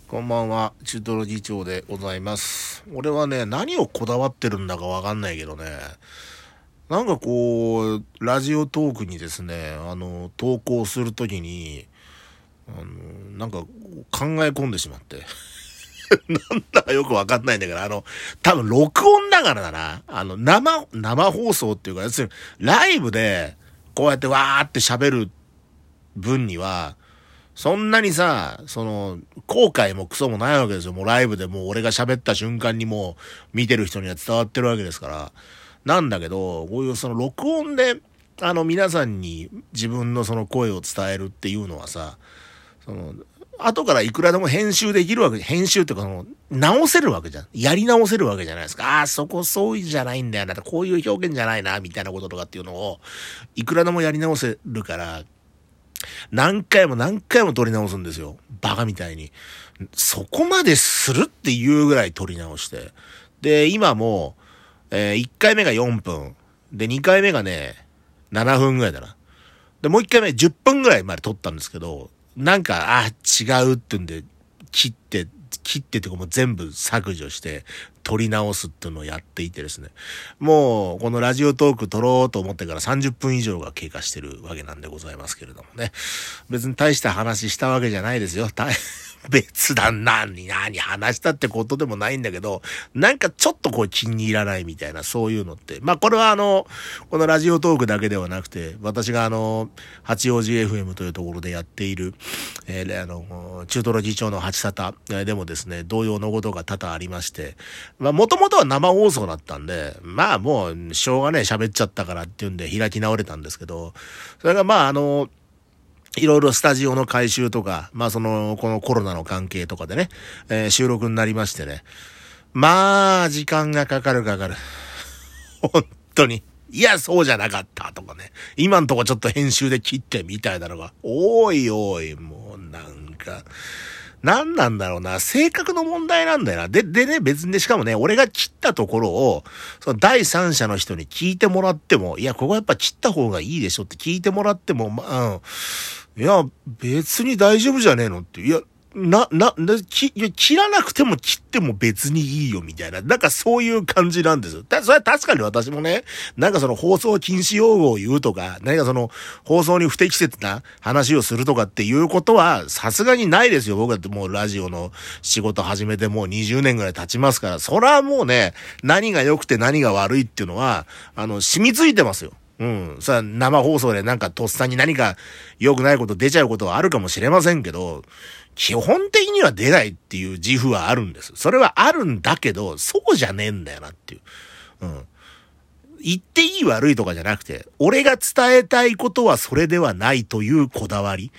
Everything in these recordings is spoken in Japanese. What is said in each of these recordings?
こんばんは、中トロ議長でございます。俺はね、何をこだわってるんだかわかんないけどね、なんかこう、ラジオトークにですね、投稿するときに、なんか考え込んでしまって。なんだかよくわかんないんだけど、多分録音だからだな。生放送っていうか、要するに、ライブで、こうやってわーって喋る分には、そんなにさ、後悔もクソもないわけですよ。もうライブでもう俺が喋った瞬間にもう見てる人には伝わってるわけですから。なんだけど、こういう録音で、皆さんに自分のその声を伝えるっていうのはさ、後からいくらでも編集できるわけ、編集っていうか直せるわけじゃん。やり直せるわけじゃないですか。そこそういうんじゃないんだよな。こういう表現じゃないな、みたいなこととかっていうのを、いくらでもやり直せるから、何回も何回も撮り直すんですよ。バカみたいに。そこまでするっていうぐらい撮り直して。で、今も、1回目が4分。で、2回目がね、7分ぐらいだな。で、もう1回目10分ぐらいまで撮ったんですけど、なんか、違うってんで、切ってってかもう全部削除して、撮り直すっていうのをやっていてですね。もう、このラジオトーク撮ろうと思ってから30分以上が経過してるわけなんでございますけれどもね。別に大した話したわけじゃないですよ。別段何話したってことでもないんだけど、なんかちょっとこう気に入らないみたいな、そういうのって。まあこれはこのラジオトークだけではなくて、私が八王子 FM というところでやっている、中トロ議長の八沙汰でもですね、同様のことが多々ありまして、まあもともとは生放送だったんで、まあもうしょうがねえ喋っちゃったからっていうんで開き直れたんですけど、それがまあいろいろスタジオの改修とか、まあこのコロナの関係とかでね、収録になりましてね。まあ、時間がかかる。本当に。いや、そうじゃなかったとかね。今んとこちょっと編集で切ってみたいなのが、おい、もうなんか、なんなんだろうな。性格の問題なんだよな。でね、別にしかもね、俺が切ったところを、その第三者の人に聞いてもらっても、いや、ここやっぱ切った方がいいでしょって聞いてもらっても、いや、別に大丈夫じゃねえのって。いや、切らなくても切っても別にいいよみたいな。なんかそういう感じなんですよ。それは確かに私もね、なんか放送禁止用語を言うとか、何か放送に不適切な話をするとかっていうことはさすがにないですよ。僕だってもうラジオの仕事始めてもう20年ぐらい経ちますから、それはもうね、何が良くて何が悪いっていうのは、染みついてますよ。さあ、生放送でなんかとっさに何か良くないこと出ちゃうことはあるかもしれませんけど、基本的には出ないっていう自負はあるんです。それはあるんだけど、そうじゃねえんだよなっていう。言っていい悪いとかじゃなくて、俺が伝えたいことはそれではないというこだわり、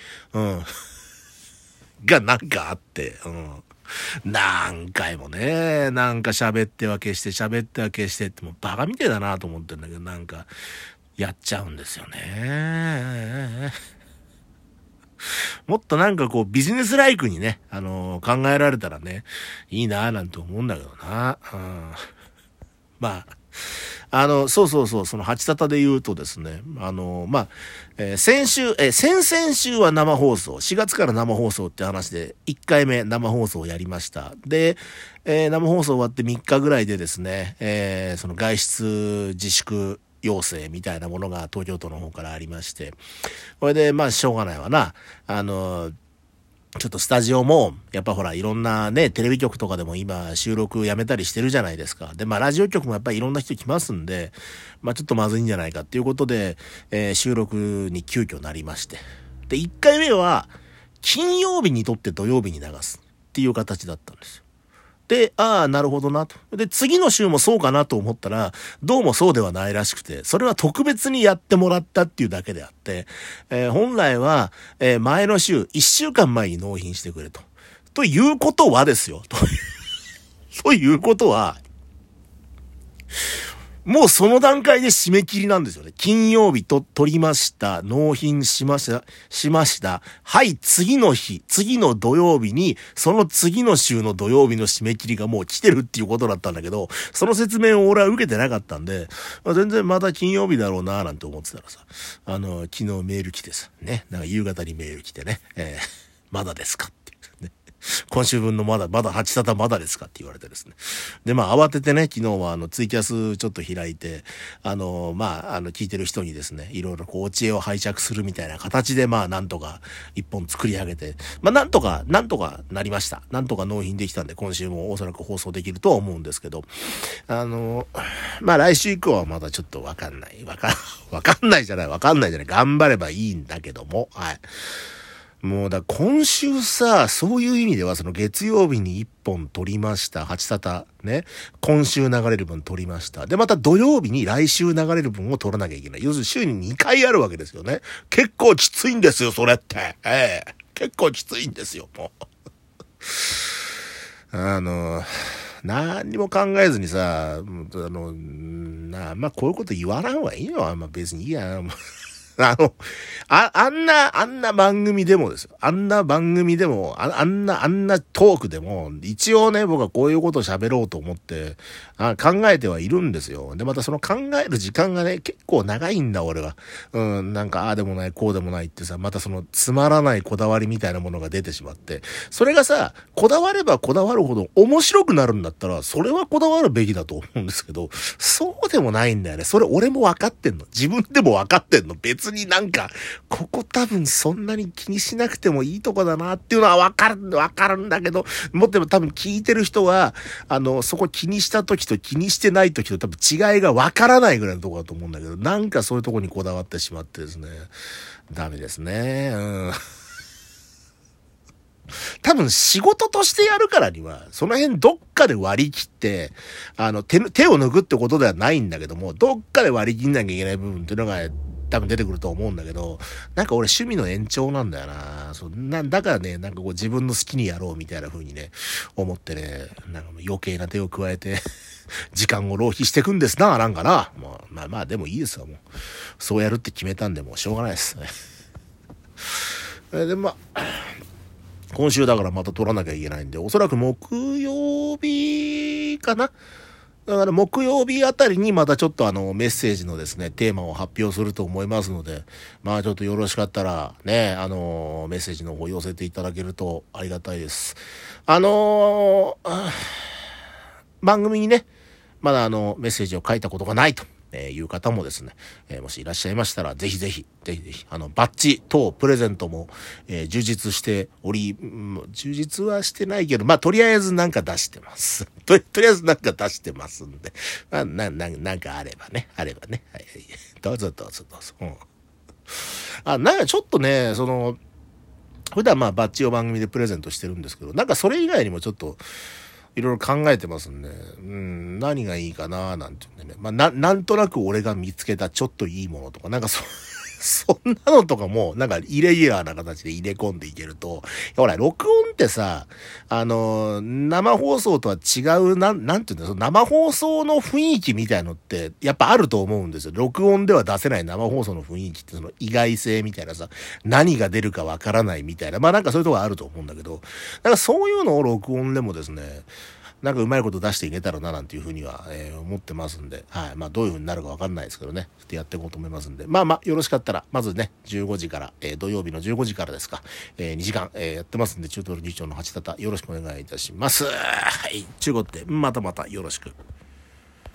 がなんかあって、何回もね、なんか喋っては消してってもうバカみてえだなと思ってんだけど、なんか、やっちゃうんですよね。もっとなんかこうビジネスライクにね、考えられたらね、いいなぁなんて思うんだけどな。まあ、そう、その八沙汰で言うとですね、先々週は生放送、4月から生放送って話で、1回目生放送をやりました。で、生放送終わって3日ぐらいでですね、その外出自粛要請みたいなものが東京都の方からありまして、これでまあしょうがないわな。ちょっとスタジオも、やっぱほら、いろんなね、テレビ局とかでも今収録やめたりしてるじゃないですか。で、まあラジオ局もやっぱりいろんな人来ますんで、まあちょっとまずいんじゃないかっていうことで、収録に急遽なりまして。で、1回目は、金曜日にとって土曜日に流すっていう形だったんですよ。で、なるほどなと。で、次の週もそうかなと思ったら、どうもそうではないらしくて、それは特別にやってもらったっていうだけであって、本来は、前の週、1週間前に納品してくれと。ということはですよ。ということは、もうその段階で締め切りなんですよね。金曜日と取りました。納品しました。はい、次の日、次の土曜日に、その次の週の土曜日の締め切りがもう来てるっていうことだったんだけど、その説明を俺は受けてなかったんで、全然また金曜日だろうなーなんて思ってたらさ、昨日メール来てさ、ね、なんか夕方にメール来てね、まだですかってね。 今週分のまだ8タタまだですかって言われてですね。で、まあ慌ててね、昨日はツイキャスちょっと開いて、聞いてる人にですね、いろいろこう、お知恵を拝借するみたいな形で、まあなんとか一本作り上げて、まあなんとかなりました。なんとか納品できたんで、今週もおそらく放送できるとは思うんですけど、まあ来週以降はまだちょっとわかんない。わかんないじゃない。頑張ればいいんだけども、はい。もう今週さ、そういう意味ではその月曜日に1本撮りました。8タタね。今週流れる分撮りました。で、また土曜日に来週流れる分を撮らなきゃいけない。要するに週に2回あるわけですよね。結構きついんですよ、それって。結構きついんですよ、もう。何にも考えずにさ、まあこういうこと言わない方がいいのは、まあ別にいいや。あんな番組でもですよ。あんなトークでも、一応ね、僕はこういうことを喋ろうと思って、考えてはいるんですよ。で、またその考える時間がね、結構長いんだ、俺は。なんか、ああでもない、こうでもないってさ、またその、つまらないこだわりみたいなものが出てしまって、それがさ、こだわればこだわるほど面白くなるんだったら、それはこだわるべきだと思うんですけど、そうでもないんだよね。それ俺も分かってんの。自分でも分かってんの。別になんか、ここ多分そんなに気にしなくてもいいとこだなっていうのは分かるんだけど、もっと多分聞いてる人は、そこ気にした時と気にしてない時と多分違いが分からないぐらいのとこだと思うんだけど、なんかそういうとこにこだわってしまってですね、ダメですね。多分仕事としてやるからには、その辺どっかで割り切って、手を抜くってことではないんだけども、どっかで割り切んなきゃいけない部分っていうのが、多分出てくると思うんだけど、なんか俺趣味の延長なんだよな。だからね、なんかこう自分の好きにやろうみたいな風にね、思ってね、なんか余計な手を加えて、時間を浪費していくんですな、なんかな。もう、まあでもいいですわ、もう。そうやるって決めたんで、もうしょうがないです。で、まあ、今週だからまた撮らなきゃいけないんで、おそらく木曜日かな。だから木曜日あたりにまたちょっとメッセージのですね、テーマを発表すると思いますので、まあちょっとよろしかったらね、メッセージの方寄せていただけるとありがたいです。番組にね、まだメッセージを書いたことがないと。いう方もですね、もしいらっしゃいましたら、ぜひぜひ、バッジ等プレゼントも、充実して充実はしてないけど、まあ、とりあえずなんか出してます。とりあえずなんか出してますんで、まあ、なんかあればね。はい、どうぞ。なんかちょっとね、普段まあバッジを番組でプレゼントしてるんですけど、なんかそれ以外にもちょっと、いろいろ考えてますんで、何がいいかななんて言うんでね。まあ、なんとなく俺が見つけたちょっといいものとか、なんかそんなのとかも、なんかイレギュラーな形で入れ込んでいけると、ほら、録音ってさ、生放送とは違う、なんていうんだ、その生放送の雰囲気みたいのって、やっぱあると思うんですよ。録音では出せない生放送の雰囲気って、その意外性みたいなさ、何が出るかわからないみたいな、まあなんかそういうとこあると思うんだけど、なんかそういうのを録音でもですね、なんかうまいこと出していけたらななんていうふうには、思ってますんで、はい。まあどういうふうになるかわかんないですけどね、ちょっとやっていこうと思いますんで、まあよろしかったら、まずね、15時から、土曜日の15時からですか、2時間、やってますんで、中トロ議長の8タタよろしくお願いいたします。はい。中国で、またよろしく。